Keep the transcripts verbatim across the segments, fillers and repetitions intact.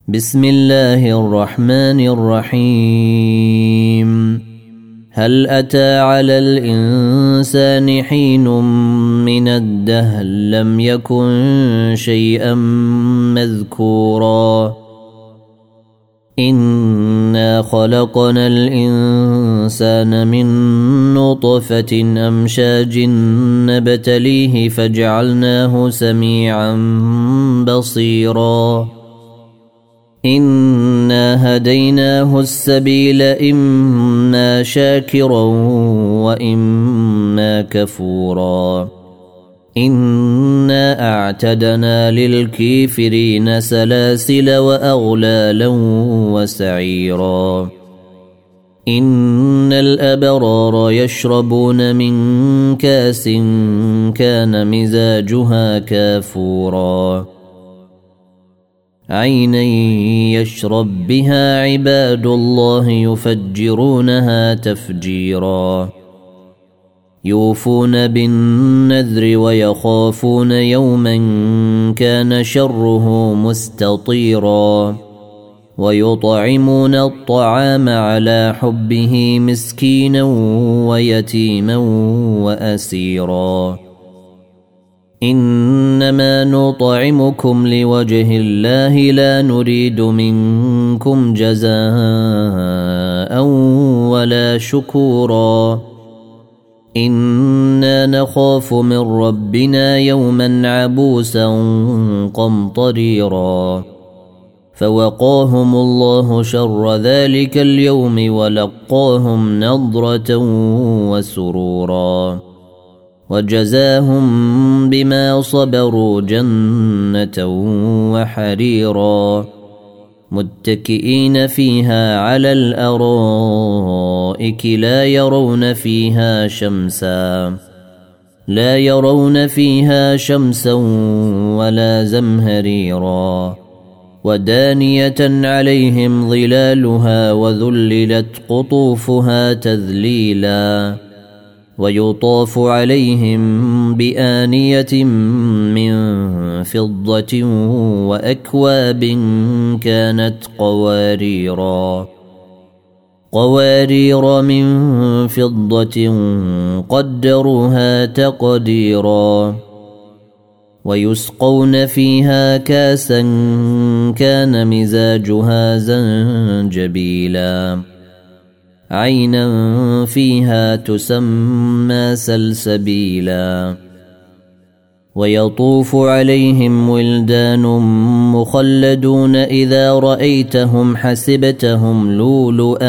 بسم الله الرحمن الرحيم. هل أتى على الإنسان حين من الدهر لم يكن شيئا مذكورا إنا خلقنا الإنسان من نطفة أمشاج نبتليه فجعلناه سميعا بصيرا إنا هديناه السبيل إما شاكرا وإما كفورا إنا أعتدنا للكافرين سلاسل وأغلالا وسعيرا إن الأبرار يشربون من كاس كان مزاجها كافورا عينا يشرب بها عباد الله يفجرونها تفجيرا يوفون بالنذر ويخافون يوما كان شره مستطيرا ويطعمون الطعام على حبه مسكينا ويتيما وأسيرا إنما نطعمكم لوجه الله لا نريد منكم جزاء ولا شكورا إنا نخاف من ربنا يوما عبوسا قمطريرا فوقاهم الله شر ذلك اليوم ولقاهم نضرة وسرورا وجزاهم بما صبروا جنة وحريرا متكئين فيها على الأرائك لا يرون فيها شمسا لا يرون فيها شمسا ولا زمهريرا ودانية عليهم ظلالها وذللت قطوفها تذليلا ويطاف عليهم بآنية من فضة وأكواب كانت قواريرا قوارير من فضة قدروها تقديرا ويسقون فيها كاسا كان مزاجها زنجبيلا عينا فيها تسمى سلسبيلا ويطوف عليهم ولدان مخلدون إذا رأيتهم حسبتهم لؤلؤا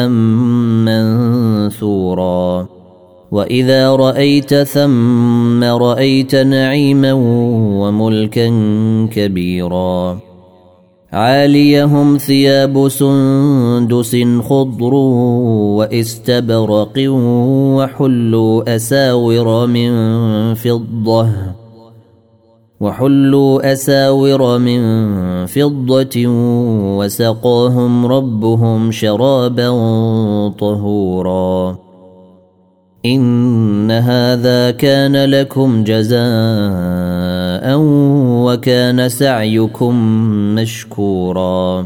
منثورا وإذا رأيت ثم رأيت نعيما وملكا كبيرا عاليهم ثياب سندس خضر واستبرق وحلوا أساور من فضة وحلوا أساور من فضة وسقاهم ربهم شرابا طهورا إن هذا كان لكم جزاء وكان سعيكم مشكورا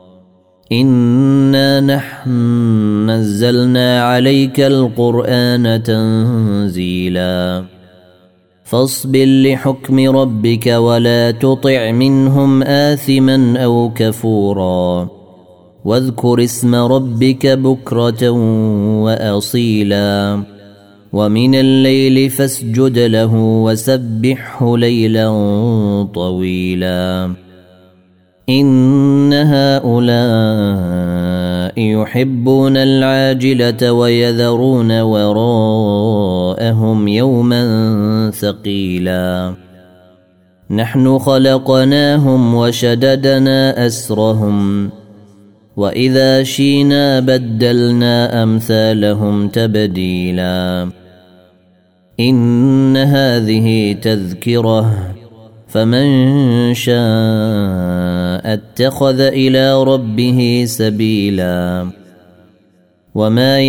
إنا نحن نزلنا عليك القرآن تنزيلا فاصبر لحكم ربك ولا تطع منهم آثما أو كفورا واذكر اسم ربك بكرة وأصيلا ومن الليل فاسجد له وسبحه ليلا طويلا إن هؤلاء يحبون العاجلة ويذرون وراءهم يوما ثقيلا نحن خلقناهم وشددنا أسرهم وإذا شينا بدلنا أمثالهم تبديلا إن هذه تذكرة فمن شاء اتخذ إلى ربه سبيلا وما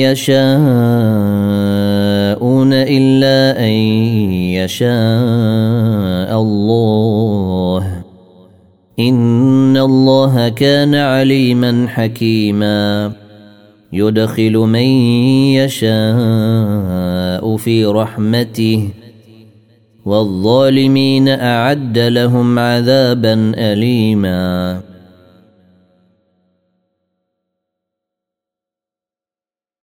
يشاءون إلا أن يشاء الله إن الله كان عليما حكيما يدخل من يشاء في رحمته والظالمين أعد لهم عذابا أليما